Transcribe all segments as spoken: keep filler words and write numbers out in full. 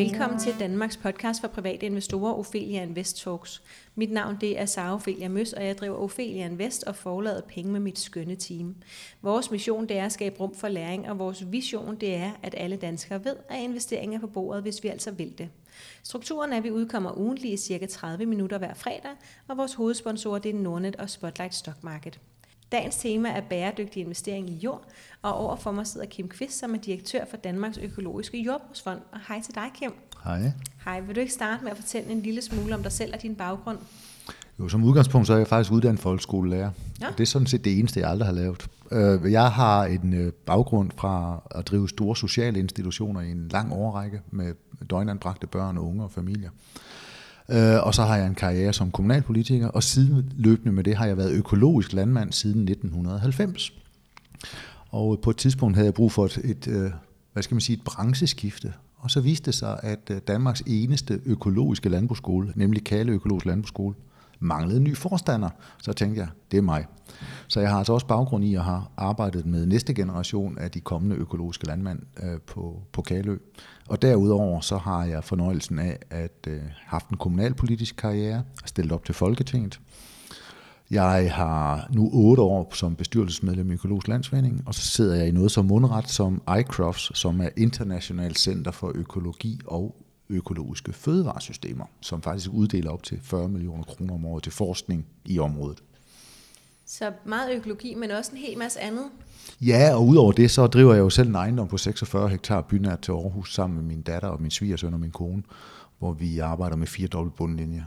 Velkommen til Danmarks podcast for private investorer, Ophelia Invest Talks. Mit navn det er Sara Ophelia Møs, og jeg driver Ophelia Invest og forlader penge med mit skønne team. Vores mission det er at skabe rum for læring, og vores vision det er, at alle danskere ved, at investeringer er på bordet, hvis vi altså vil det. Strukturen er, at vi udkommer ugentligt i cirka tredive minutter hver fredag, og vores hovedsponsorer det er Nordnet og Spotlight Stock Market. Dagens tema er bæredygtig investering i jord, og overfor mig sidder Kim Kvist, som er direktør for Danmarks Økologiske Jordbrugsfond. Og hej til dig, Kim. Hej. Hej, vil du ikke starte med at fortælle en lille smule om dig selv og din baggrund? Jo, som udgangspunkt så er jeg faktisk uddannet folkeskolelærer. Ja. Det er sådan set det eneste, jeg aldrig har lavet. Jeg har en baggrund fra at drive store sociale institutioner i en lang årrække med døgnanbragte børn, unge og familier. Og så har jeg en karriere som kommunalpolitiker, og sideløbende med det har jeg været økologisk landmand siden nitten halvfems. Og på et tidspunkt havde jeg brug for et, et hvad skal man sige, et brancheskifte. Og så viste det sig, at Danmarks eneste økologiske landbrugsskole, nemlig Kale Økologisk Landbrugsskole, manglede en ny forstander. Så tænkte jeg, det er mig. Så jeg har altså også baggrund i at have arbejdet med næste generation af de kommende økologiske landmænd øh, på, på Kalø. Og derudover så har jeg fornøjelsen af at øh, haft en kommunalpolitisk karriere, stillet op til Folketinget. Jeg har nu otte år som bestyrelsesmedlem i Økologisk Landsforening, og så sidder jeg i noget så mundret som I C R O F S, som er Internationalt Center for Økologi og Økologiske Fødevaresystemer, som faktisk uddeler op til fyrre millioner kroner om året til forskning i området. Så meget økologi, men også en hel masse andet? Ja, og udover det, så driver jeg jo selv en ejendom på seksogfyrre hektar bynært til Aarhus sammen med min datter og min svigersøn og min kone, hvor vi arbejder med fire dobbelt bundlinjer.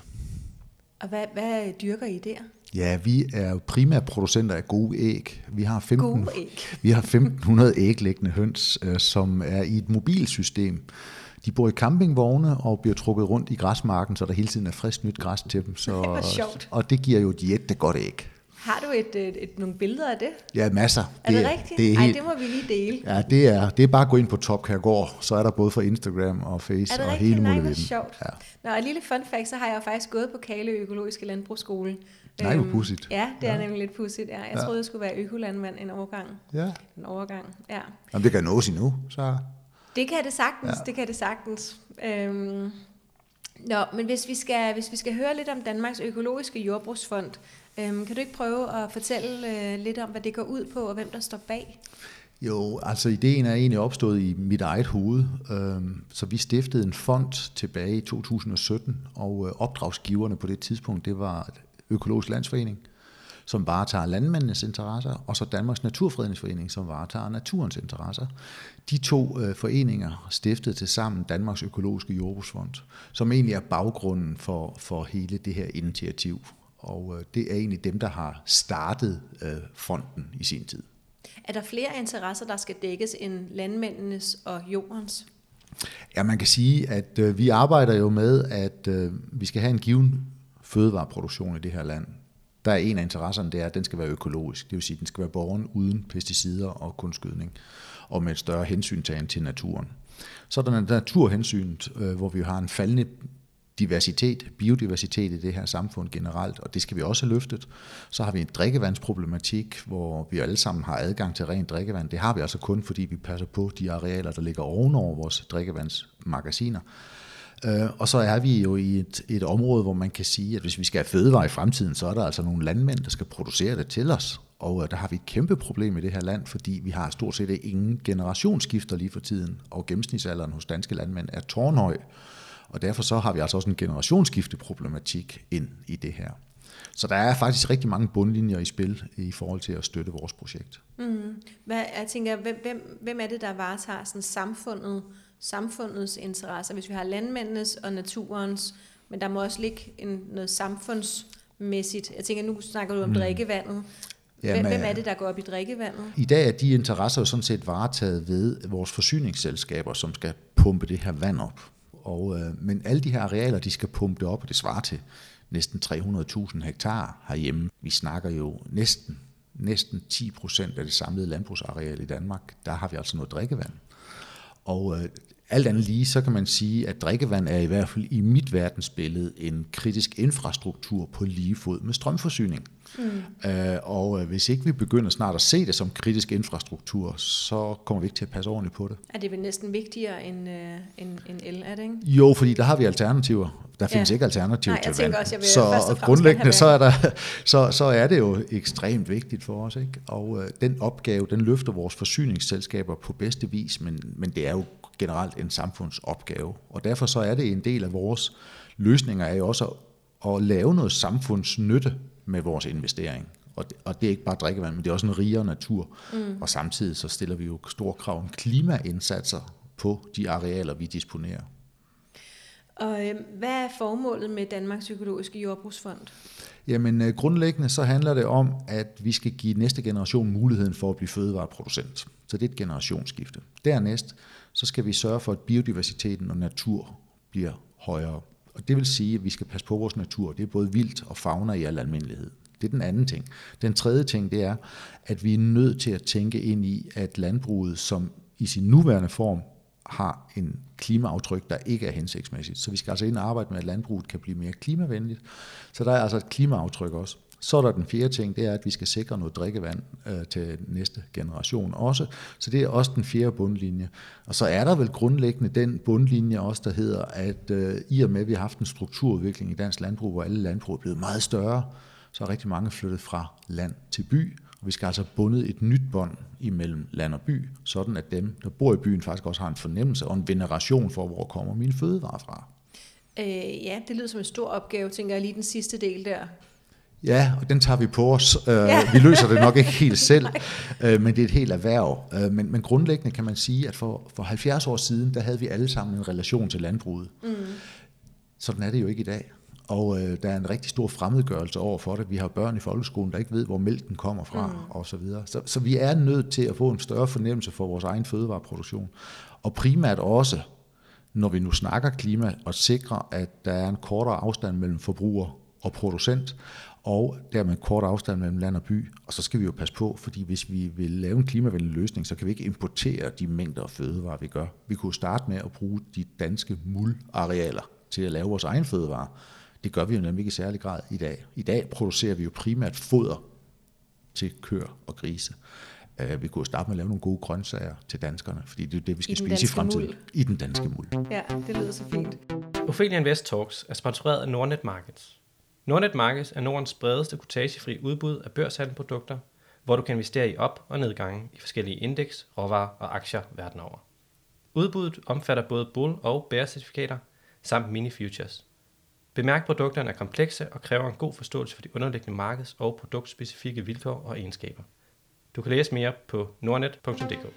Og hvad, hvad dyrker I der? Ja, vi er jo primært producenter af gode æg. Vi har femten, gode æg. Vi har femten hundrede æglæggende høns, som er i et mobilsystem. De bor i campingvogne og bliver trukket rundt i græsmarken, så der hele tiden er frisk nyt græs til dem. Så, det var sjovt. Og det giver jo et jættegodt æg. Har du et, et, et, nogle billeder af det? Ja, masser. Er det, det rigtigt? Det er Ej, helt, det må vi lige dele. Ja, det er, det er bare at gå ind på Top Kærgaard, så er der både for Instagram og Face og hele muligheden. Er det rigtigt? Nej, hvor sjovt. Ja. Nå, og et lille fun fact, så har jeg jo faktisk gået på Kale Økologiske Landbrugsskole. Nej, hvor pudsigt. Ja, det er ja. nemlig lidt pudsigt. Ja, jeg ja. troede, jeg skulle være økolandmand en overgang. Ja. En overgang, ja. Jamen, det kan nås endnu, så... Det kan det sagtens, ja. det kan det sagtens. Øhm, nå, men hvis vi, skal, hvis vi skal høre lidt om Danmarks Økologiske Jordbrugsfond, øhm, kan du ikke prøve at fortælle øh, lidt om, hvad det går ud på, og hvem der står bag? Jo, altså ideen er egentlig opstået i mit eget hoved. Øhm, så vi stiftede en fond tilbage i to tusind og sytten, og øh, opdragsgiverne på det tidspunkt, det var Økologisk Landsforening, som varetager landmændenes interesser, og så Danmarks Naturfredningsforening, som varetager naturens interesser. De to øh, foreninger stiftede til sammen Danmarks Økologiske Jordbrugsfond, som egentlig er baggrunden for, for hele det her initiativ. Og øh, det er egentlig dem, der har startet øh, fonden i sin tid. Er der flere interesser, der skal dækkes end landmændenes og jordens? Ja, man kan sige, at øh, vi arbejder jo med, at øh, vi skal have en given fødevareproduktion i det her land. Der er en af interesserne, det er, at den skal være økologisk. Det vil sige, at den skal være båren uden pesticider og kunstgødning, og med et større hensyntagen til naturen. Så er der naturhensynet, hvor vi har en faldende diversitet, biodiversitet i det her samfund generelt, og det skal vi også have løftet. Så har vi en drikkevandsproblematik, hvor vi alle sammen har adgang til rent drikkevand. Det har vi altså kun, fordi vi passer på de arealer, der ligger ovenover vores drikkevandsmagasiner. Og så er vi jo i et, et område, hvor man kan sige, at hvis vi skal have fødevarer i fremtiden, så er der altså nogle landmænd, der skal producere det til os. Og der har vi et kæmpe problem i det her land, fordi vi har stort set ingen generationsskifter lige for tiden, og gennemsnitsalderen hos danske landmænd er tårnhøj. Og derfor så har vi altså også en generationsskifteproblematik ind i det her. Så der er faktisk rigtig mange bundlinjer i spil i forhold til at støtte vores projekt. Mm. Hvad, jeg tænker, hvem, hvem er det, der varetager sådan samfundet, samfundets interesser? Hvis vi har landmændenes og naturens, men der må også ligge en, noget samfundsmæssigt. Jeg tænker, nu snakker du om mm. drikkevandet. Hvem, Jamen, hvem er det, der går op i drikkevandet? I dag er de interesser jo sådan set varetaget ved vores forsyningsselskaber, som skal pumpe det her vand op. Og, øh, men alle de her arealer, de skal pumpe det op, og det svarer til næsten tre hundrede tusind hektar herhjemme. Vi snakker jo næsten, næsten ti procent af det samlede landbrugsareal i Danmark. Der har vi altså noget drikkevand. Og øh, alt andet lige, så kan man sige, at drikkevand er i hvert fald i mit verdensbillede en kritisk infrastruktur på lige fod med strømforsyning. Mm. Øh, og hvis ikke vi begynder snart at se det som kritisk infrastruktur, så kommer vi ikke til at passe ordentligt på det. Er det vel næsten vigtigere end, øh, end, end el, er det ikke? Jo, fordi der har vi alternativer. Der findes ja. ikke alternativer Nej, til vand. Også, jeg så grundlæggende så er, der, så, så er det jo ekstremt vigtigt for os. Ikke? Og øh, den opgave, den løfter vores forsyningsselskaber på bedste vis, men, men det er jo generelt en samfundsopgave. Og derfor så er det en del af vores løsninger er jo også at, at lave noget samfundsnytte med vores investering. Og det, og det er ikke bare drikkevand, men det er også en rigere natur. Mm. Og samtidig så stiller vi jo store krav om klimaindsatser på de arealer, vi disponerer. Og øh, hvad er formålet med Danmarks Økologiske Jordbrugsfond? Jamen øh, grundlæggende så handler det om, at vi skal give næste generation muligheden for at blive fødevareproducent. Så det er et generationsskifte. Dernæst så skal vi sørge for, at biodiversiteten og natur bliver højere. Og det vil sige, at vi skal passe på vores natur. Det er både vildt og fauna i al almindelighed. Det er den anden ting. Den tredje ting, det er, at vi er nødt til at tænke ind i, at landbruget, som i sin nuværende form har en klimaaftryk, der ikke er hensigtsmæssigt. Så vi skal altså ind og arbejde med, at landbruget kan blive mere klimavenligt. Så der er altså et klimaaftryk også. Så er der den fjerde ting, det er, at vi skal sikre noget drikkevand øh, til næste generation også. Så det er også den fjerde bundlinje. Og så er der vel grundlæggende den bundlinje også, der hedder, at øh, i og med, at vi har haft en strukturudvikling i dansk landbrug, hvor alle landbrug er blevet meget større, så er rigtig mange flyttet fra land til by. Og vi skal altså bundet et nyt bånd imellem land og by, sådan at dem, der bor i byen, faktisk også har en fornemmelse og en veneration for, hvor kommer mine fødevarer fra. Øh, ja, det lyder som en stor opgave, tænker jeg lige den sidste del der. Ja, og den tager vi på os. Ja. Vi løser det nok ikke helt selv, men det er et helt erhverv. Men, men grundlæggende kan man sige, at for, for halvfjerds år siden, der havde vi alle sammen en relation til landbruget. Mm. Sådan er det jo ikke i dag. Og øh, der er en rigtig stor fremmedgørelse over for det. Vi har børn i folkeskolen, der ikke ved, hvor mælken kommer fra, mm. og så videre. Så, så vi er nødt til at få en større fornemmelse for vores egen fødevareproduktion. Og primært også, når vi nu snakker klima, at sikre, at der er en kortere afstand mellem forbruger og producent, og dermed en kort afstand mellem land og by. Og så skal vi jo passe på, fordi hvis vi vil lave en klimavenlig løsning, så kan vi ikke importere de mængder af fødevarer, vi gør. Vi kunne starte med at bruge de danske muldarealer til at lave vores egen fødevarer. Det gør vi jo nemlig ikke i særlig grad i dag. I dag producerer vi jo primært foder til køer og grise. Vi kunne starte med at lave nogle gode grøntsager til danskerne, fordi det er det, vi skal I spise i fremtiden. Muld. I den danske muld. Ja, det lyder så fint. Ophelia Invest Talks er sponsoreret af Nordnet Markets. Nordnet Markets er Nordens bredeste kortagefri udbud af børshandelsprodukter, hvor du kan investere i op- og nedgange i forskellige indeks, råvarer og aktier verden over. Udbuddet omfatter både bull- og bear-certifikater samt mini-futures. Bemærk, produkterne er komplekse og kræver en god forståelse for de underliggende markeds- og produktspecifikke vilkår og egenskaber. Du kan læse mere på nordnet punktum d k.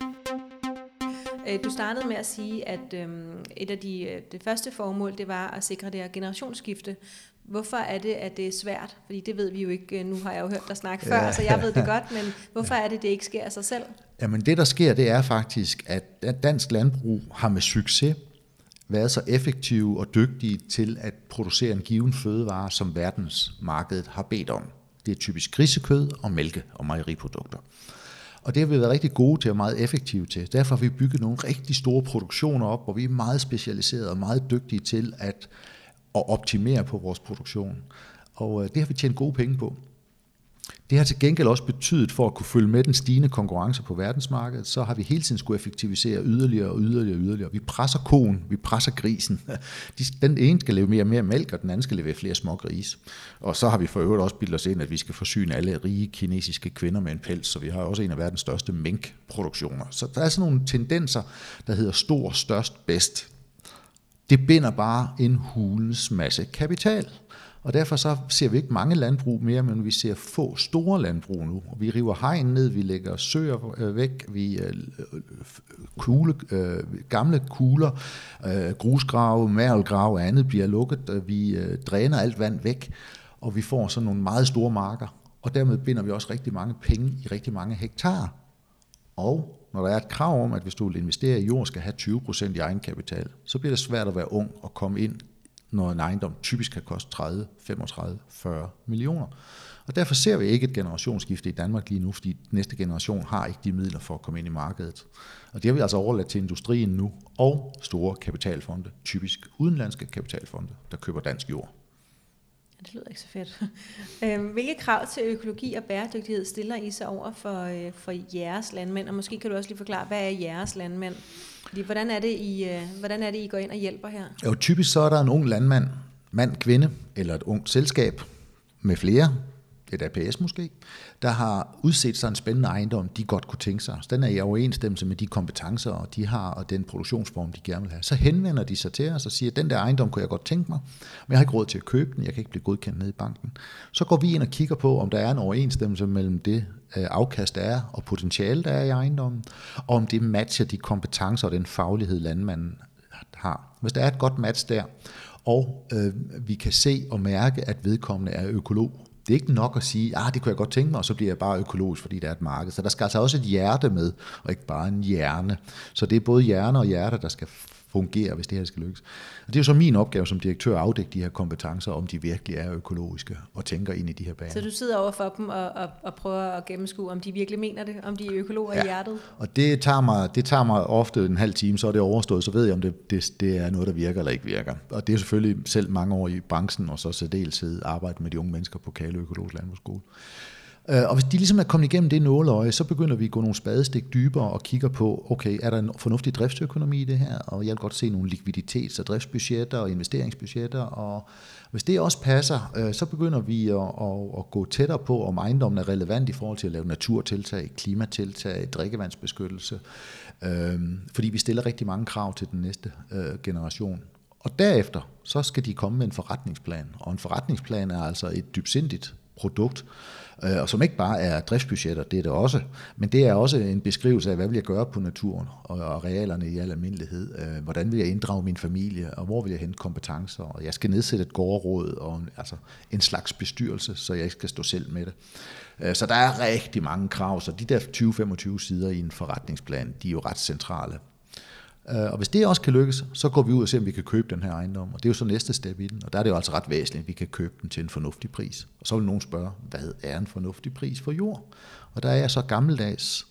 Du startede med at sige, at øhm, et af de det første formål, det var at sikre det her generationsskifte. Hvorfor er det, at det er svært? Fordi det ved vi jo ikke. Nu har jeg jo hørt dig snakke før, ja. Så jeg ved det godt. Men hvorfor er det, det ikke sker af sig selv? Jamen det, der sker, det er faktisk, at dansk landbrug har med succes været så effektive og dygtige til at producere en given fødevare, som verdensmarkedet har bedt om. Det er typisk grisekød og mælke- og mejeriprodukter. Og det har vi været rigtig gode til og meget effektive til. Derfor har vi bygget nogle rigtig store produktioner op, hvor vi er meget specialiserede og meget dygtige til at, at optimere på vores produktion. Og det har vi tjent gode penge på. Det har til gengæld også betydet, for at kunne følge med den stigende konkurrence på verdensmarkedet, så har vi hele tiden skulle effektivisere yderligere og yderligere og yderligere. Vi presser koen, vi presser grisen. Den ene skal leve mere og mere mælk, og den anden skal levere flere små grise. Og så har vi for øvrigt også bildet os ind, at vi skal forsyne alle rige kinesiske kvinder med en pels, så vi har også en af verdens største minkproduktioner. Så der er sådan nogle tendenser, der hedder stor, størst, bedst. Det binder bare en hulens masse kapital. Og derfor så ser vi ikke mange landbrug mere, men vi ser få store landbrug nu. Og vi river hegn ned, vi lægger søer væk, vi kugle, gamle kugler, grusgrave, mærvelgrave og andet bliver lukket. Vi dræner alt vand væk, og vi får sådan nogle meget store marker. Og dermed binder vi også rigtig mange penge i rigtig mange hektar. Og når der er et krav om, at hvis du vil investere i jord, skal have tyve procent i egenkapital, så bliver det svært at være ung og komme ind, når en ejendom typisk kan koste tredive, femogtredive, fyrre millioner. Og derfor ser vi ikke et generationsskifte i Danmark lige nu, fordi næste generation har ikke de midler for at komme ind i markedet. Og det har vi altså overladt til industrien nu, og store kapitalfonde, typisk udenlandske kapitalfonde, der køber dansk jord. Det lyder ikke så fedt. Hvilke krav til økologi og bæredygtighed stiller I så over for, for jeres landmænd? Og måske kan du også lige forklare, hvad er jeres landmænd? Fordi, hvordan, er det, I, hvordan er det, I går ind og hjælper her? Jo, typisk så er der en ung landmand, mand, kvinde, eller et ungt selskab med flere, et A P S måske, der har udset sig en spændende ejendom, de godt kunne tænke sig. Den er i overensstemmelse med de kompetencer, og de har, og den produktionsform, de gerne vil have. Så henvender de sig til os og siger, den der ejendom kunne jeg godt tænke mig, men jeg har ikke råd til at købe den, jeg kan ikke blive godkendt ned i banken. Så går vi ind og kigger på, om der er en overensstemmelse mellem det afkast, der er, og potentiale, der er i ejendommen, og om det matcher de kompetencer og den faglighed, landmanden har. Hvis der er et godt match der, og øh, vi kan se og mærke, at vedkommende er økolog. Det er ikke nok at sige, ah, det kunne jeg godt tænke mig, og så bliver jeg bare økologisk, fordi der er et marked. Så der skal altså også et hjerte med, og ikke bare en hjerne. Så det er både hjerne og hjerte, der skal fungere, hvis det her skal lykkes. Og det er jo så min opgave som direktør at afdække de her kompetencer, om de virkelig er økologiske, og tænker ind i de her baner. Så du sidder over for dem og, og, og prøver at gennemskue, om de virkelig mener det, om de er økologer ja. i hjertet? Og det tager, mig, det tager mig ofte en halv time, så er det overstået, så ved jeg, om det, det, det er noget, der virker eller ikke virker. Og det er selvfølgelig selv mange år i branchen, og så særdeleshed arbejde med de unge mennesker på Kalø Økologisk Landbrugsskole. Og hvis de ligesom er kommet igennem det nåleøje, så begynder vi at gå nogle spadestik dybere og kigger på, okay, er der en fornuftig driftsøkonomi i det her? Og jeg vil godt se nogle likviditets- og driftsbudgetter og investeringsbudgetter, og hvis det også passer, så begynder vi at, at, at gå tættere på, om ejendommen er relevant i forhold til at lave naturtiltag, klimatiltag, drikkevandsbeskyttelse, fordi vi stiller rigtig mange krav til den næste generation. Og derefter, så skal de komme med en forretningsplan, og en forretningsplan er altså et dybsindigt produkt, og som ikke bare er driftsbudgetter, det er det også, men det er også en beskrivelse af, hvad vil jeg gøre på naturen og arealerne i al almindelighed, hvordan vil jeg inddrage min familie, og hvor vil jeg hente kompetencer, og jeg skal nedsætte et gårdråd, og altså en slags bestyrelse, så jeg ikke skal stå selv med det. Så der er rigtig mange krav, så de der tyve til femogtyve sider i en forretningsplan, de er jo ret centrale. Og hvis det også kan lykkes, så går vi ud og ser, om vi kan købe den her ejendom. Og det er jo så næste step i den. Og der er det jo altså ret væsentligt, at vi kan købe den til en fornuftig pris. Og så vil nogen spørge, hvad er en fornuftig pris for jord? Og der er jeg så gammeldags,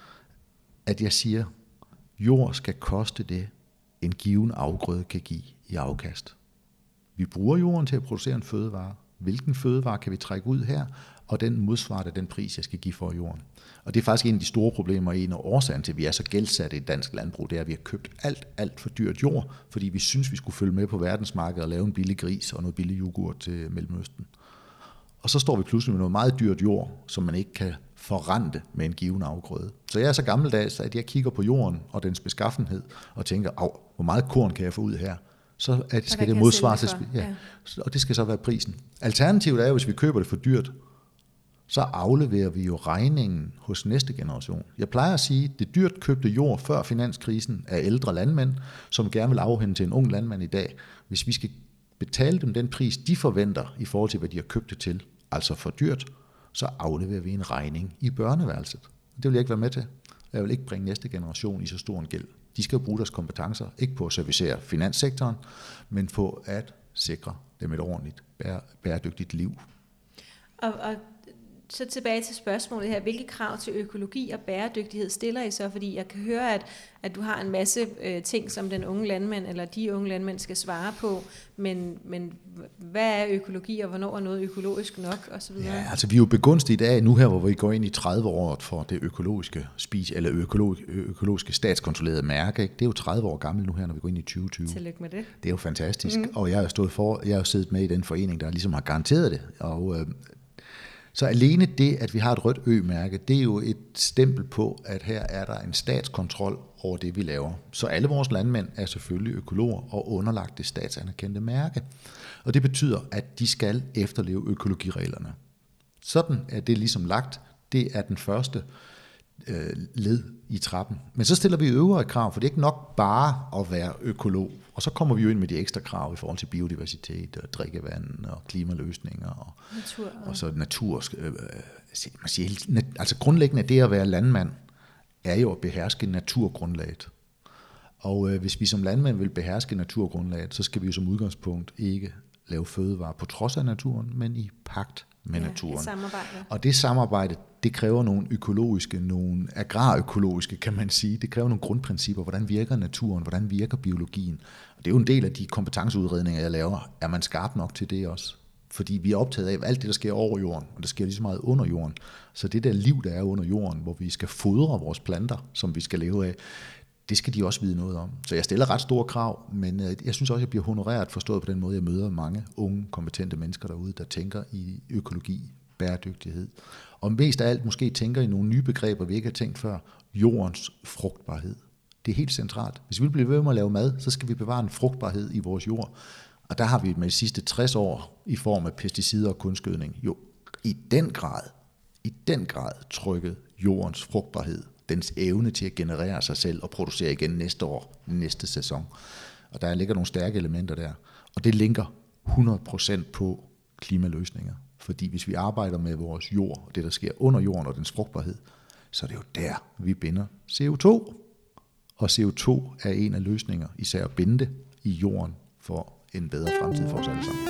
at jeg siger, jord skal koste det, en given afgrøde kan give i afkast. Vi bruger jorden til at producere en fødevare. Hvilken fødevare kan vi trække ud her? Og den modsvarer den pris, jeg skal give for jorden. Og det er faktisk en af de store problemer, en af årsagen til, at vi er så gældsatte i dansk landbrug, det er, at vi har købt alt, alt for dyrt jord, fordi vi synes, vi skulle følge med på verdensmarkedet og lave en billig gris og noget billig yoghurt til Mellemøsten. Og så står vi pludselig med noget meget dyrt jord, som man ikke kan forrente med en given afgrøde. Så jeg er så gammeldags, at jeg kigger på jorden og dens beskaffenhed og tænker, Au, hvor meget korn kan jeg få ud her? Så at, skal det modsvare til, ja, ja. Og det skal så være prisen. Alternativet er jo, hvis vi køber det for dyrt, så afleverer vi jo regningen hos næste generation. Jeg plejer at sige, at det dyrt købte jord før finanskrisen af ældre landmænd, som gerne vil afhænde til en ung landmand i dag. Hvis vi skal betale dem den pris, de forventer i forhold til, hvad de har købt det til, altså for dyrt, så afleverer vi en regning i børneværelset. Det vil jeg ikke være med til. Jeg vil ikke bringe næste generation i så stor en gæld. De skal bruge deres kompetencer, ikke på at servicere finanssektoren, men på at sikre dem et ordentligt, bæredygtigt liv. Og, og så tilbage til spørgsmålet her. Hvilke krav til økologi og bæredygtighed stiller I så? Fordi jeg kan høre, at, at du har en masse øh, ting, som den unge landmand eller de unge landmænd skal svare på. Men, men hvad er økologi, og hvornår er noget økologisk nok? Og så videre? Ja, altså vi er jo begunstiget af nu her, hvor vi går ind i tredive år for det økologiske spis, eller økolog, økologiske statskontrollerede mærke. Ikke? Det er jo tredive år gammelt nu her, når vi går ind i tyve tyve. Tillykke med det. Det er jo fantastisk. Mm. Og jeg har stået for, jeg har siddet med i den forening, der ligesom har garanteret det. Og øh, Så alene det, at vi har et rødt ø-mærke, det er jo et stempel på, at her er der en statskontrol over det, vi laver. Så alle vores landmænd er selvfølgelig økologer og underlagt det statsanerkendte mærke. Og det betyder, at de skal efterleve økologireglerne. Sådan er det ligesom lagt. Det er den første øh, led i trappen. Men så stiller vi øvrige krav, for det er ikke nok bare at være økolog. Og så kommer vi jo ind med de ekstra krav i forhold til biodiversitet og drikkevand og klimaløsninger og, natur, og så natur. Øh, man siger, altså grundlæggende det at være landmand er jo at beherske naturgrundlaget. Og øh, hvis vi som landmænd vil beherske naturgrundlaget, så skal vi jo som udgangspunkt ikke lave fødevarer på trods af naturen, men i pagt med ja, naturen. Et samarbejde. Og det samarbejde, det kræver nogle økologiske, nogle agrarøkologiske, kan man sige. Det kræver nogle grundprincipper. Hvordan virker naturen? Hvordan virker biologien? Og det er jo en del af de kompetenceudredninger, jeg laver. Er man skarp nok til det også? Fordi vi er optaget af alt det, der sker over jorden, og der sker lige så meget under jorden. Så det der liv, der er under jorden, hvor vi skal fodre vores planter, som vi skal leve af, det skal de også vide noget om. Så jeg stiller ret store krav, men jeg synes også, at jeg bliver honoreret forstået på den måde, jeg møder mange unge, kompetente mennesker derude, der tænker i økologi, bæredygtighed. Og mest af alt måske tænker i nogle nye begreber, vi ikke har tænkt før. Jordens frugtbarhed. Det er helt centralt. Hvis vi vil blive ved med at lave mad, så skal vi bevare en frugtbarhed i vores jord. Og der har vi med de sidste tres år i form af pesticider og kunstgødning jo i den grad, i den grad trykket jordens frugtbarhed, dens evne til at generere sig selv og producere igen næste år, næste sæson. Og der ligger nogle stærke elementer der. Og det linker hundrede procent på klimaløsninger. Fordi hvis vi arbejder med vores jord, og det der sker under jorden og dens frugtbarhed, så er det jo der, vi binder C O to. Og C O to er en af løsninger, især at binde det i jorden for en bedre fremtid for os alle sammen.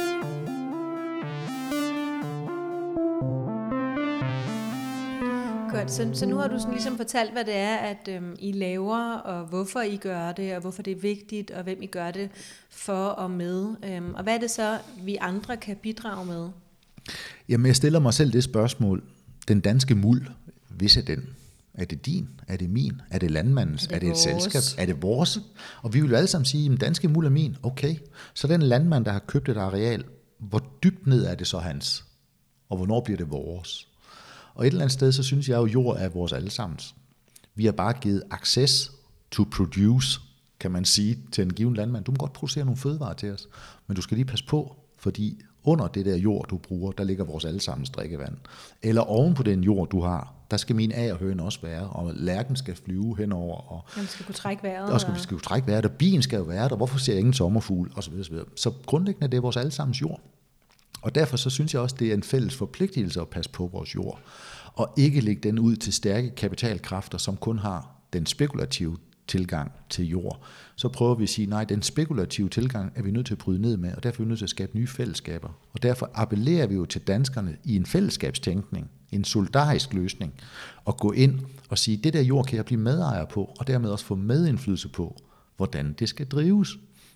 Godt, så, så nu har du sådan ligesom fortalt, hvad det er, at øhm, I laver, og hvorfor I gør det, og hvorfor det er vigtigt, og hvem I gør det for og med. Øhm, og hvad er det så, vi andre kan bidrage med? Jamen, jeg stiller mig selv det spørgsmål. Den danske muld, hvis er den? Er det din? Er det min? Er det landmandens? Er det, er det et selskab? Er det vores? Og vi vil jo alle sammen sige, at danske muld er min. Okay, så den landmand, der har købt et areal, hvor dybt ned er det så hans? Og hvornår bliver det vores? Og et eller andet sted, så synes jeg jo, at jord er vores allesammens. Vi har bare givet access to produce, kan man sige, til en given landmand. Du må godt producere nogle fødevarer til os, men du skal lige passe på, fordi under det der jord, du bruger, der ligger vores allesammens drikkevand. Eller oven på den jord, du har, der skal min agerhøne også være, og lærken skal flyve henover. Og Jamen, skal kunne trække vejret. Og skal, vi skal jo trække vejret, og bien skal jo være der. Hvorfor ser jeg ingen sommerfugl? Og så videre, så videre. Så grundlæggende det er vores allesammens jord. Og derfor så synes jeg også, det er en fælles forpligtelse at passe på vores jord. Og ikke lægge den ud til stærke kapitalkræfter, som kun har den spekulative tilgang til jord. Så prøver vi at sige, nej, den spekulative tilgang er vi nødt til at bryde ned med, og derfor er vi nødt til at skabe nye fællesskaber. Og derfor appellerer vi jo til danskerne i en fællesskabstænkning, en solidarisk løsning, og gå ind og sige, det der jord kan jeg blive medejer på, og dermed også få medindflydelse på, hvordan det skal drives.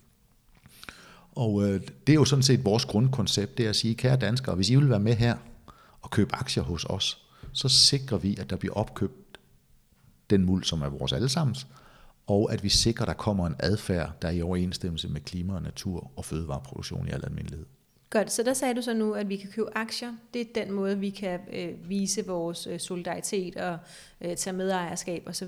Og øh, det er jo sådan set vores grundkoncept, det er at sige, kære danskere, hvis I vil være med her og købe aktier hos os, så sikrer vi, at der bliver opkøbt den muld, som er vores allesammens, og at vi sikrer, at der kommer en adfærd, der er i overensstemmelse med klima og natur og fødevareproduktion i al almindelighed. Godt, så der sagde du så nu, at vi kan købe aktier. Det er den måde, vi kan øh, vise vores øh, solidaritet og øh, tage medejerskab osv.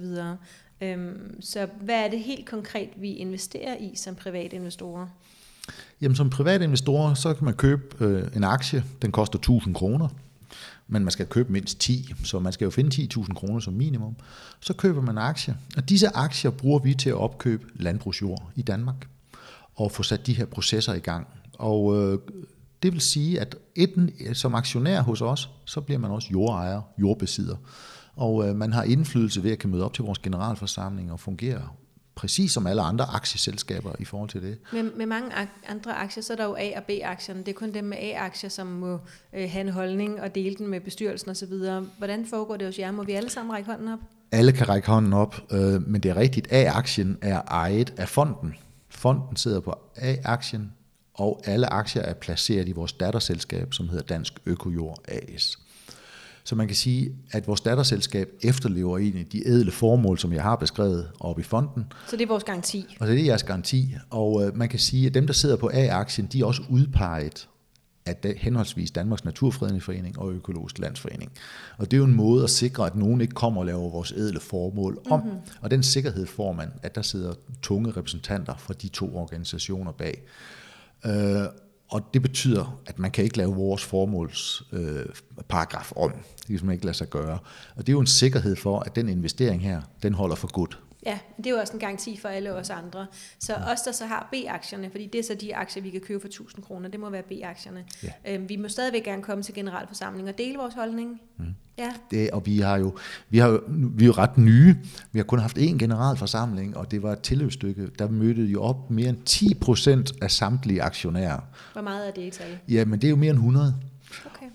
Øhm, så hvad er det helt konkret, vi investerer i som private investorer? Jamen som private investorer, så kan man købe øh, en aktie, den koster tusind kroner, men man skal købe mindst ti, så man skal jo finde ti tusind kroner som minimum. Så køber man aktier, og disse aktier bruger vi til at opkøbe landbrugsjord i Danmark, og få sat de her processer i gang. Og øh, det vil sige, at enten som aktionær hos os, så bliver man også jordejer, jordbesidder, og øh, man har indflydelse ved at kan møde op til vores generalforsamling og fungere præcis som alle andre aktieselskaber i forhold til det. Med, med mange ak- andre aktier, så er der jo A- og B-aktierne. Det er kun dem med A-aktier, som må øh, have en holdning og dele den med bestyrelsen osv. Hvordan foregår det hos jer? Må vi alle sammen række hånden op? Alle kan række hånden op, øh, men det er rigtigt. A-aktien er ejet af fonden. Fonden sidder på A-aktien, og alle aktier er placeret i vores datterselskab, som hedder Dansk Økojord A S. Så man kan sige, at vores datterselskab efterlever egentlig de ædle formål, som jeg har beskrevet oppe i fonden. Så det er vores garanti? Og det er jeres garanti. Og øh, man kan sige, at dem, der sidder på A-aktien, de er også udpeget af henholdsvis Danmarks Naturfredningsforening og Økologisk Landsforening. Og det er jo en måde at sikre, at nogen ikke kommer og laver vores ædle formål om. Mm-hmm. Og den sikkerhed får man, at der sidder tunge repræsentanter fra de to organisationer bag. Øh, Og det betyder, at man kan ikke lave vores formålsparagraf øh, om. Det kan man ikke lade sig gøre. Og det er jo en sikkerhed for, at den investering her, den holder for godt. Ja, det er jo også en garanti for alle os andre. Så ja. Os, der så har B-aktierne, fordi det er så de aktier, vi kan købe for tusind kroner, det må være B-aktierne. Ja. Øhm, vi må stadigvæk gerne komme til generalforsamling og dele vores holdning. Mm. Ja. Det, og vi har jo, vi har jo, vi er jo ret nye. Vi har kun haft én generalforsamling, og det var et tilløbsstykke. Der mødte jo op mere end ti procent af samtlige aktionærer. Hvor meget er det i tal? Ja, men det er jo mere end hundrede. Okay.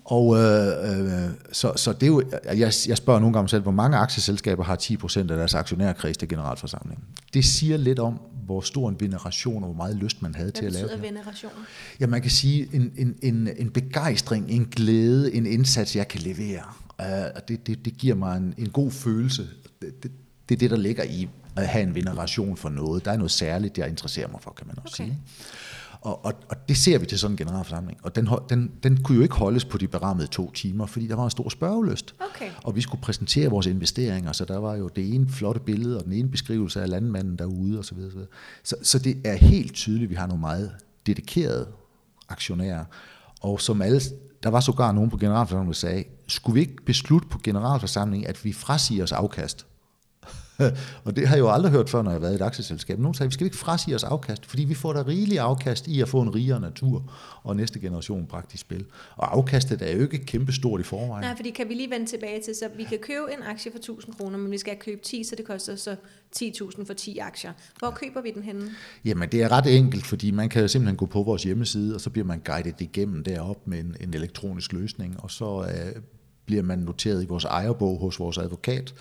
Og øh, øh, så, så det er jo, jeg, jeg spørger nogle gange selv, hvor mange aktieselskaber har ti procent af deres aktionærkreds til generalforsamling. Det siger lidt om, hvor stor en veneration og hvor meget lyst man havde Hvad til at lave det. Hvad betyder veneration? Ja, man kan sige en, en, en, en begejstring, en glæde, en indsats, jeg kan levere. Uh, det, det, det giver mig en, en god følelse. Det, det, det er det, der ligger i at have en veneration for noget. Der er noget særligt, jeg interesserer mig for, kan man også okay. sige. Og, og, og det ser vi til sådan en generalforsamling. Og den, den, den kunne jo ikke holdes på de berammede to timer, fordi der var en stor spørgelyst. Okay. Og vi skulle præsentere vores investeringer, så der var jo det ene flotte billede, og den ene beskrivelse af landmanden derude, og så videre. Så, så det er helt tydeligt, at vi har nogle meget dedikerede aktionærer. Og som alle, der var sågar nogen på generalforsamlingen, der sagde, skulle vi ikke beslutte på generalforsamlingen, at vi frasiger os afkast? Og det har jeg jo aldrig hørt før, når jeg har været i et aktieselskab. Nogen sagde, vi skal ikke frasige os afkast, fordi vi får da rigelig afkast i at få en rigere natur og næste generation bragt i spil. Og afkastet er jo ikke kæmpestort i forvejen. Nej, fordi kan vi lige vende tilbage til, så vi kan købe en aktie for tusind kroner, men vi skal købe ti, så det koster så ti tusind for ti aktier. Hvor ja. køber vi den henne? Jamen det er ret enkelt, fordi man kan simpelthen gå på vores hjemmeside, og så bliver man guidet igennem derop med en, en elektronisk løsning, og så øh, bliver man noteret i vores ejerbog hos vores advokat.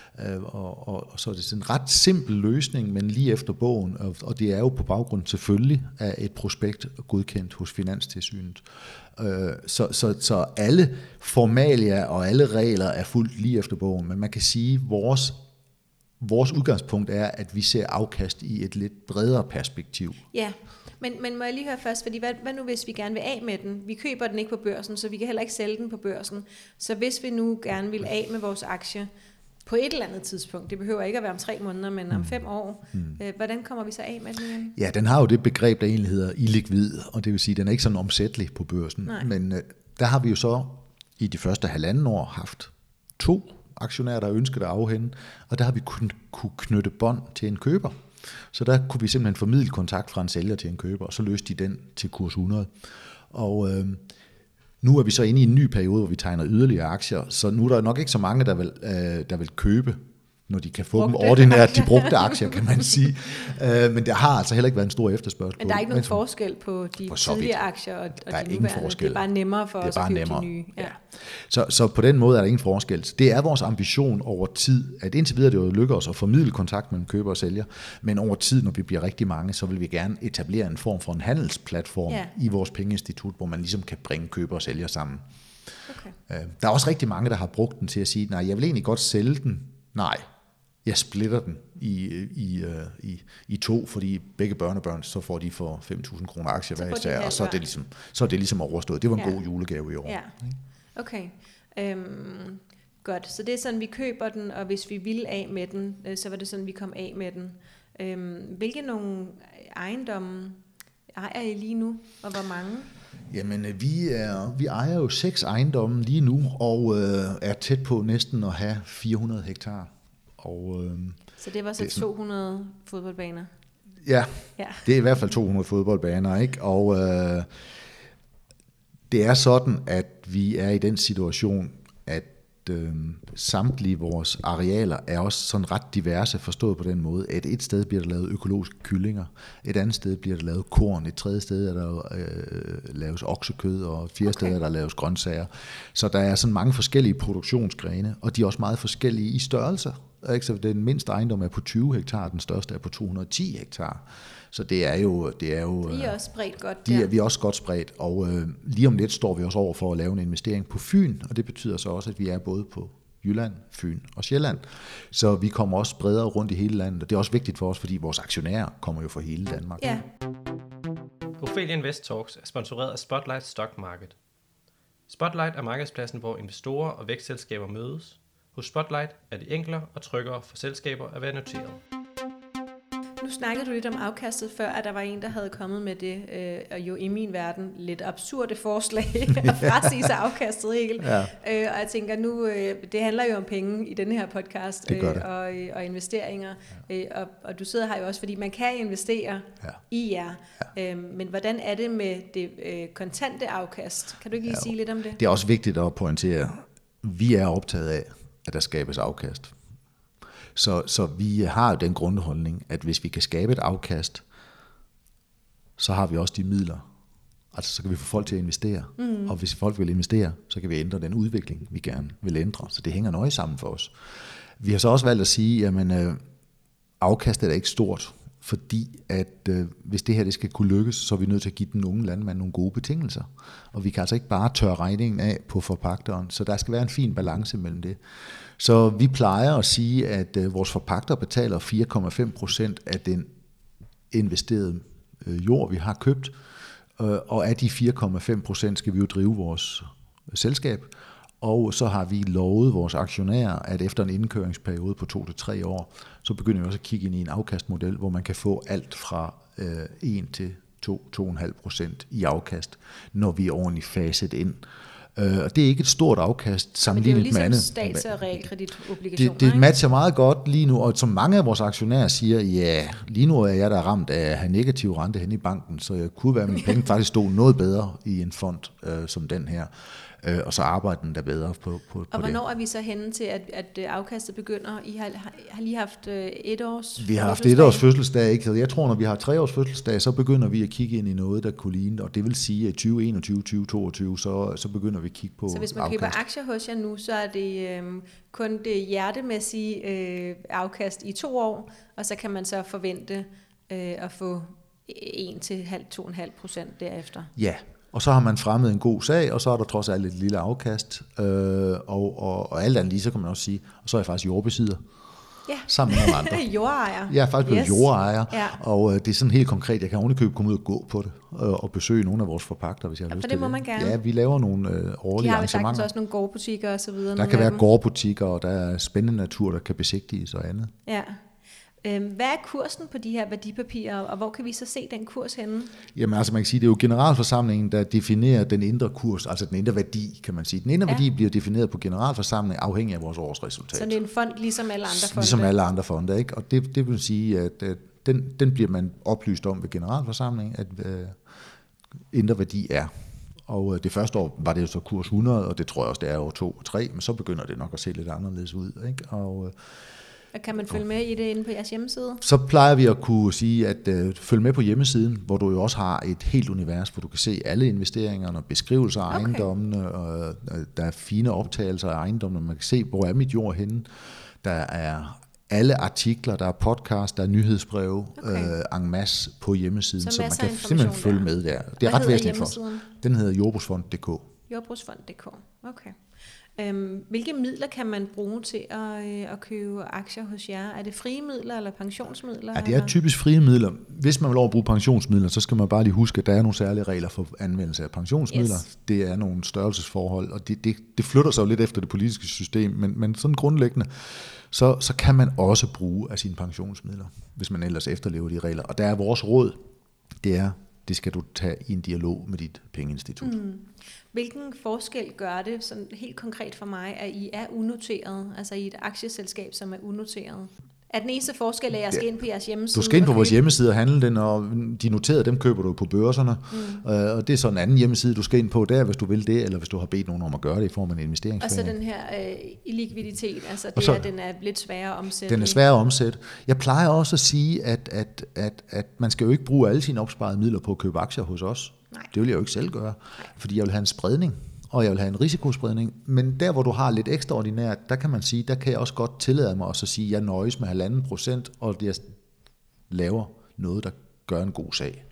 Og, og, og så er det sådan en ret simpel løsning, men lige efter bogen, og, og det er jo på baggrund selvfølgelig af et prospekt godkendt hos Finanstilsynet. Så, så, så alle formalia og alle regler er fuldt lige efter bogen, men man kan sige, at vores, vores udgangspunkt er, at vi ser afkast i et lidt bredere perspektiv. Ja, men, men må jeg lige høre først, fordi hvad, hvad nu hvis vi gerne vil af med den? Vi køber den ikke på børsen, så vi kan heller ikke sælge den på børsen. Så hvis vi nu gerne vil af med vores aktie, på et eller andet tidspunkt, det behøver ikke at være om tre måneder, men om fem år, mm. øh, hvordan kommer vi så af med den igen? Ja, den har jo det begreb, der egentlig hedder illikvid, og det vil sige, at den er ikke sådan omsættelig på børsen. Nej. Men øh, der har vi jo så i de første halvanden år haft to aktionærer, der ønskede at afhænde, og der har vi kun kunne knytte bånd til en køber. Så der kunne vi simpelthen formidle kontakt fra en sælger til en køber, og så løste de den til kurs hundrede. Og øh, nu er vi så inde i en ny periode, hvor vi tegner yderligere aktier, så nu er der nok ikke så mange, der vil, øh, der vil købe, når de kan få brugte dem ordinært, de brugte aktier, kan man sige. Øh, men der har altså heller ikke været en stor efterspørgsel. Men der er ikke nogen forskel på de tidligere aktier og, og de nuværende. Det er bare nemmere for os at købe nemmere. De nye. Ja. Ja. Så, så på den måde er der ingen forskel. Det er vores ambition over tid, at indtil videre det jo lykker os at formidle kontakt mellem køber og sælger, men over tid, når vi bliver rigtig mange, så vil vi gerne etablere en form for en handelsplatform ja. i vores pengeinstitut, hvor man ligesom kan bringe køber og sælger sammen. Okay. Der er også rigtig mange, der har brugt den til at sige, nej, jeg vil egentlig godt sælge den. Nej, jeg splitter den i, i, i, i to, fordi begge børnebørn, så får de for fem tusind kroner aktier hver især, og så er, det ligesom, så er det ligesom overstået. Det var en ja. god julegave i år. Ja. Okay, øhm, godt. Så det er sådan, vi køber den, og hvis vi ville af med den, så var det sådan, vi kom af med den. Øhm, hvilke nogle ejendomme ejer I lige nu, og hvor mange? Jamen, vi, er, vi ejer jo seks ejendomme lige nu, og øh, er tæt på næsten at have fire hundrede hektar. Og, øh, så det var så det to hundrede fodboldbaner? Ja, ja, det er i hvert fald to hundrede fodboldbaner, ikke? Og øh, det er sådan, at vi er i den situation, at øh, samtlige vores arealer er også sådan ret diverse, forstået på den måde, at et sted bliver der lavet økologiske kyllinger, et andet sted bliver der lavet korn, et tredje sted er der øh, laves oksekød, og et fjerde okay. sted er der laves grøntsager. Så der er sådan mange forskellige produktionsgrene, og de er også meget forskellige i størrelser. Så den mindste ejendom er på tyve hektar, den største er på to hundrede og ti hektar. Så det er jo... Det er jo de er også spredt godt. De er, vi er også godt spredt, og øh, lige om lidt står vi også over for at lave en investering på Fyn, og det betyder så også, at vi er både på Jylland, Fyn og Sjælland. Så vi kommer også bredere rundt i hele landet, og det er også vigtigt for os, fordi vores aktionærer kommer jo fra hele Danmark. Ja. Ophelia Invest Talks er sponsoreret af Spotlight Stock Market. Spotlight er markedspladsen, hvor investorer og vækstselskaber mødes. Hos Spotlight er det enklere og tryggere for selskaber at være noteret. Nu snakkede du lidt om afkastet før, at der var en, der havde kommet med det, øh, og jo i min verden lidt absurde forslag at frasige sig afkastet helt. Ja. Øh, og jeg tænker nu, øh, det handler jo om penge i denne her podcast øh, og, og investeringer. Ja. Øh, og, og du sidder her jo også, fordi man kan investere ja. i jer. Ja. Øh, men hvordan er det med det øh, kontante afkast? Kan du ikke lige ja. sige lidt om det? Det er også vigtigt at pointere, vi er optaget af, at der skabes afkast. Så, så vi har den grundholdning, at hvis vi kan skabe et afkast, så har vi også de midler Altså så kan vi få folk til at investere, mm. og hvis folk vil investere, så kan vi ændre den udvikling, vi gerne vil ændre. Så det hænger nøje sammen for os. Vi har så også valgt at sige, at øh, afkastet er ikke stort, fordi at øh, hvis det her det skal kunne lykkes, så er vi nødt til at give den unge landmand nogle gode betingelser. Og vi kan altså ikke bare tørre regningen af på forpagteren, så der skal være en fin balance mellem det. Så vi plejer at sige, at øh, vores forpagter betaler fire komma fem procent af den investerede øh, jord, vi har købt, øh, og af de fire komma fem procent skal vi jo drive vores selskab. Og så har vi lovet vores aktionærer, at efter en indkøringsperiode på to til tre år, så begynder vi også at kigge ind i en afkastmodel, hvor man kan få alt fra øh, en til to til to komma fem procent i afkast, når vi er ordentligt faset ind. Øh, og det er ikke et stort afkast sammenlignet ligesom med andet. Det er jo ligesom stats- og realkreditobligationer. Det, det matcher meget godt lige nu, og som mange af vores aktionærer siger, ja, lige nu er jeg der ramt af at have negativ rente hen i banken, så jeg kunne være, at mine penge faktisk stod noget bedre i en fond øh, som den her. Og så arbejder den der bedre på, på, og på det. Og hvornår er vi så henne til, at, at afkastet begynder? I har, har lige haft et års Vi har haft et års fødselsdag, ikke? Så jeg tror, når vi har tre års fødselsdag, så begynder vi at kigge ind i noget, der kunne ligne, og det vil sige, at tyve enogtyve, tyve toogtyve, så, så begynder vi at kigge på Så hvis man afkast. køber aktier hos jer nu, så er det øh, kun det hjertemæssige øh, afkast i to år, og så kan man så forvente øh, at få en til to komma fem procent derefter. Ja. Og så har man fremmet en god sag, og så er der trods alt et lille afkast. Øh, og, og, og alt andet lige, så kan man også sige, og så er jeg faktisk jordbesidder. Ja. Sammen med nogle andre. Jordejer. Jeg er faktisk blevet yes. jordejer, ja. og øh, det er sådan helt konkret. Jeg kan ovenikøbet komme ud og gå på det, øh, og besøge nogle af vores forpagter, hvis jeg har ja, lyst til det. det må man gerne. Ja, vi laver nogle øh, årlige arrangementer. De har sagtens også nogle gårdbutikker og så videre. Der kan være gårdbutikker, og der er spændende natur, der kan besigtiges og andet. Ja. Hvad er kursen på de her værdipapirer, og hvor kan vi så se den kurs henne? Jamen altså man kan sige, det er jo generalforsamlingen, der definerer den indre kurs, altså den indre værdi, kan man sige. Den indre ja. værdi bliver defineret på generalforsamlingen afhængig af vores årsresultat. Så det er en fond ligesom alle andre fonde? Ligesom alle andre fonde, ikke? Og det, det vil sige, at, at den, den bliver man oplyst om ved generalforsamlingen, at uh, indre værdi er. Og det første år var det jo så kurs hundrede, og det tror jeg også, det er år to og tre, men så begynder det nok at se lidt anderledes ud, ikke? Og Og kan man følge med i det inde på jeres hjemmeside? Så plejer vi at kunne sige, at uh, følg med på hjemmesiden, hvor du jo også har et helt univers, hvor du kan se alle investeringerne, beskrivelser af okay. ejendommene, og uh, der er fine optagelser af ejendommene, man kan se, hvor er mit jord henne. Der er alle artikler, der er podcast, der er nyhedsbreve, okay. uh, en masse på hjemmesiden, så, så man kan simpelthen følge der. med der. Det er Hvad ret væsentligt for os. Den hedder jordbrugsfond punktum d k. jordbrugsfond punktum d k, okay. Øhm, hvilke midler kan man bruge til at, øh, at købe aktier hos jer? Er det frie midler eller pensionsmidler? Ja, det er typisk frie midler. Hvis man vil over bruge pensionsmidler, så skal man bare lige huske, at der er nogle særlige regler for anvendelse af pensionsmidler. Yes. Det er nogle størrelsesforhold, og det, det, det flytter sig jo lidt efter det politiske system, men, men sådan grundlæggende, så, så kan man også bruge af sine pensionsmidler, hvis man ellers efterlever de regler. Og der er vores råd, det er, det skal du tage i en dialog med dit pengeinstitut. Mm. Hvilken forskel gør det sådan helt konkret for mig, at I er unoteret, altså i et aktieselskab, som er unoteret? Er den eneste forskel, at jeg skal ind på jeres hjemmeside? Du skal ind på vores hjemmeside og handle den, og de noterede, dem køber du på børserne. Mm. Og det er så en anden hjemmeside, du skal ind på der, hvis du vil det, eller hvis du har bedt nogen om at gøre det i form af en investeringsplan. Og så den her øh, illikviditet, altså det så, er, den er lidt sværere at omsætte. Den er sværere at omsætte. Jeg plejer også at sige, at, at, at, at man skal jo ikke bruge alle sine opsparede midler på at købe aktier hos os. Nej. Det vil jeg jo ikke selv gøre, fordi jeg vil have en spredning, og jeg vil have en risikospredning. Men der, hvor du har lidt ekstraordinært, der kan man sige, der kan jeg også godt tillade mig at sige, at jeg nøjes med halvanden procent, og jeg laver noget, der gør en god sag.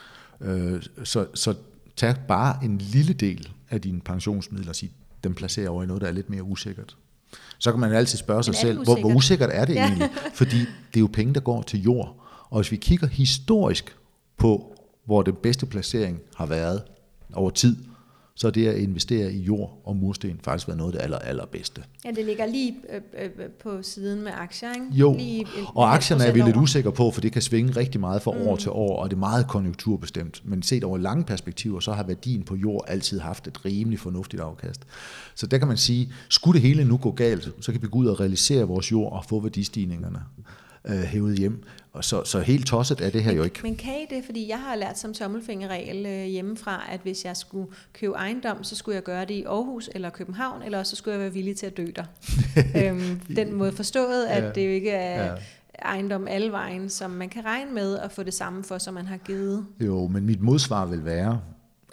Så, så tag bare en lille del af dine pensionsmidler og sige, dem placerer over i noget, der er lidt mere usikkert. Så kan man altid spørge sig selv, hvor, hvor usikkert er det ja. egentlig? Fordi det er jo penge, der går til jord. Og hvis vi kigger historisk på, hvor den bedste placering har været over tid, så det at investere i jord og mursten faktisk været noget af det aller, allerbedste. Ja, det ligger lige øh, øh, på siden med aktier, ikke? Jo, lige en, og aktierne er vi lidt usikre på, for det kan svinge rigtig meget fra mm. år til år, og det er meget konjunkturbestemt. Men set over lange perspektiver, så har værdien på jord altid haft et rimelig fornuftigt afkast. Så der kan man sige, skulle det hele nu gå galt, så kan vi gå ud og realisere vores jord og få værdistigningerne øh, hævet hjem. Og så, så helt tosset er det her men, jo ikke. Men kan I det? Fordi jeg har lært som tommelfingerregel øh, hjemmefra, at hvis jeg skulle købe ejendom, så skulle jeg gøre det i Aarhus eller København, eller også så skulle jeg være villig til at dø der. øhm, den måde forstået, at ja, det jo ikke er ja. ejendom alle vejen, som man kan regne med at få det samme for, som man har givet. Jo, men mit modsvar vil være,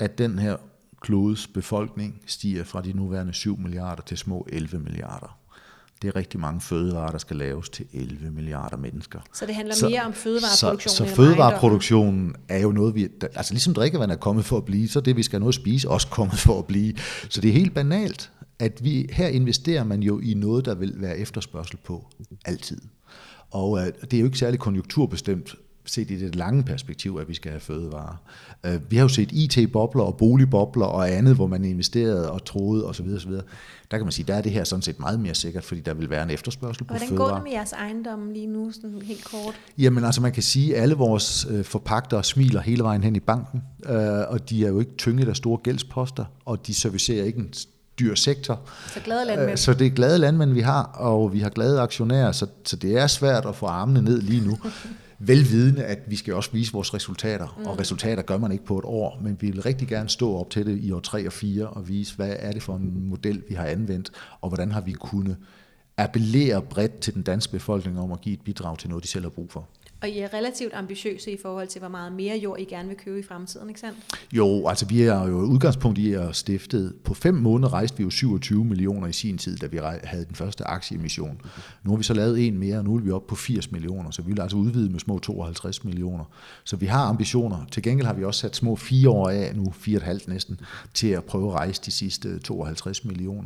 at den her klodes befolkning stiger fra de nuværende syv milliarder til små elleve milliarder. Det er rigtig mange fødevarer, der skal laves til elleve milliarder mennesker. Så det handler så, mere om fødevareproduktion? Så, så fødevareproduktionen er jo noget, vi... Altså ligesom drikkevand er kommet for at blive, så det, vi skal have noget at spise, også kommet for at blive. Så det er helt banalt, at vi her investerer man jo i noget, der vil være efterspørgsel på altid. Og uh, det er jo ikke særlig konjunkturbestemt, set i det lange perspektiv, at vi skal have fødevarer. Uh, vi har jo set I T-bobler og boligbobler og andet, hvor man investerede og troede osv. osv. Der kan man sige, der er det her sådan set meget mere sikkert, fordi der vil være en efterspørgsel på fødevarer. Hvordan går det med jeres ejendomme lige nu, sådan helt kort? Jamen altså, man kan sige, at alle vores øh, forpagtere smiler hele vejen hen i banken, øh, og de er jo ikke tynget af store gældsposter, og de servicerer ikke en dyr sektor. Så glade landmænd. Så det er glade landmænd, vi har, og vi har glade aktionærer, så, så det er svært at få armene ned lige nu. Velvidende, at vi skal også vise vores resultater, mm. og resultater gør man ikke på et år, men vi vil rigtig gerne stå op til det i år tre og fire og vise, hvad er det for en model, vi har anvendt, og hvordan har vi kunnet appellere bredt til den danske befolkning om at give et bidrag til noget, de selv har brug for. Og I er relativt ambitiøse i forhold til, hvor meget mere jord I gerne vil købe i fremtiden, ikke sandt? Jo, altså vi er jo udgangspunkt i at stifte. På fem måneder rejste vi jo syvogtyve millioner i sin tid, da vi havde den første aktieemission. Nu har vi så lavet en mere, og nu er vi oppe på firs millioner, så vi vil altså udvide med små tooghalvtreds millioner. Så vi har ambitioner. Til gengæld har vi også sat små fire år af, nu fire og et halvt næsten, til at prøve at rejse de sidste tooghalvtreds millioner.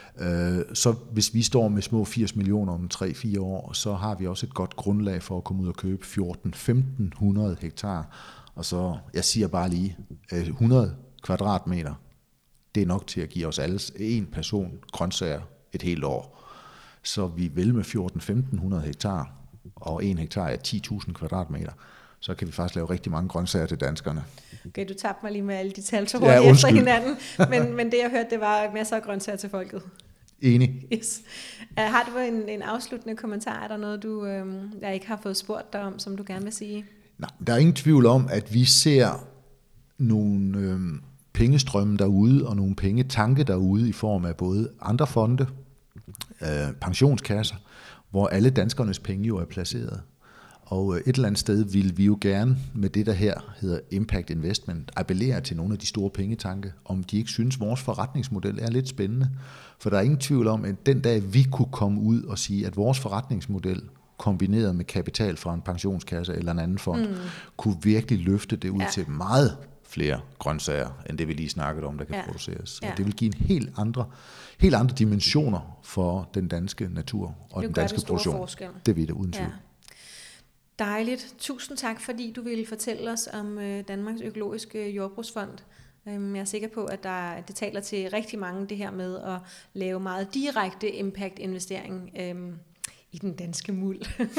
Så hvis vi står med små firs millioner om tre til fire år, så har vi også et godt grundlag for at komme ud og købe fjorten til femten hundrede hektar. Og så, jeg siger bare lige, hundrede kvadratmeter, det er nok til at give os alle en person grøntsager et helt år. Så vi vil med fjorten til femten hundrede hektar, og en hektar er ti tusind kvadratmeter. Så kan vi faktisk lave rigtig mange grøntsager til danskerne. Okay, du tabte mig lige med alle de tal så hurtigt ja, efter hinanden, men, men det jeg hørte, det var masser af grøntsager til folket. Enig. Yes. Uh, har du en, en afsluttende kommentar? Er der noget, du øh, jeg ikke har fået spurgt dig om, som du gerne vil sige? Nej, der er ingen tvivl om, at vi ser nogle øh, pengestrømme derude, og nogle pengetanke derude i form af både andre fonde, øh, pensionskasser, hvor alle danskernes penge jo er placeret. Og et eller andet sted vil vi jo gerne med det, der her hedder Impact Investment, appellere til nogle af de store pengetanke, om de ikke synes, at vores forretningsmodel er lidt spændende. For der er ingen tvivl om, at den dag vi kunne komme ud og sige, at vores forretningsmodel, kombineret med kapital fra en pensionskasse eller en anden fond, mm. kunne virkelig løfte det ud ja. til meget flere grøntsager, end det vi lige snakkede om, der kan ja. produceres. Ja. Og det vil give en helt andre, helt andre dimensioner for den danske natur og det den danske det produktion. Forskel. Det vil det uden tvivl. Ja. Dejligt. Tusind tak, fordi du ville fortælle os om Danmarks Økologiske Jordbrugsfond. Jeg er sikker på, at der, det taler til rigtig mange det her med at lave meget direkte impact-investering øhm, i den danske muld.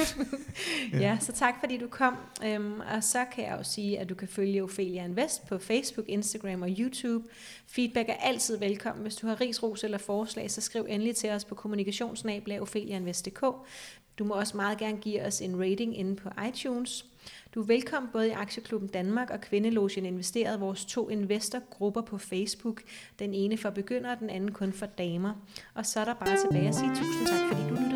ja. ja, så tak fordi du kom. Øhm, og så kan jeg også sige, at du kan følge Ophelia Invest på Facebook, Instagram og YouTube. Feedback er altid velkommen. Hvis du har ris, ros eller forslag, så skriv endelig til os på kommunikationsnabel-a ophelia invest punktum d k. Du må også meget gerne give os en rating inde på iTunes. Du er velkommen både i Aktieklubben Danmark og Kvindelogen Investeret, vores to investorgrupper på Facebook. Den ene for begyndere, den anden kun for damer. Og så er der bare tilbage at sige tusind tak, fordi du lytter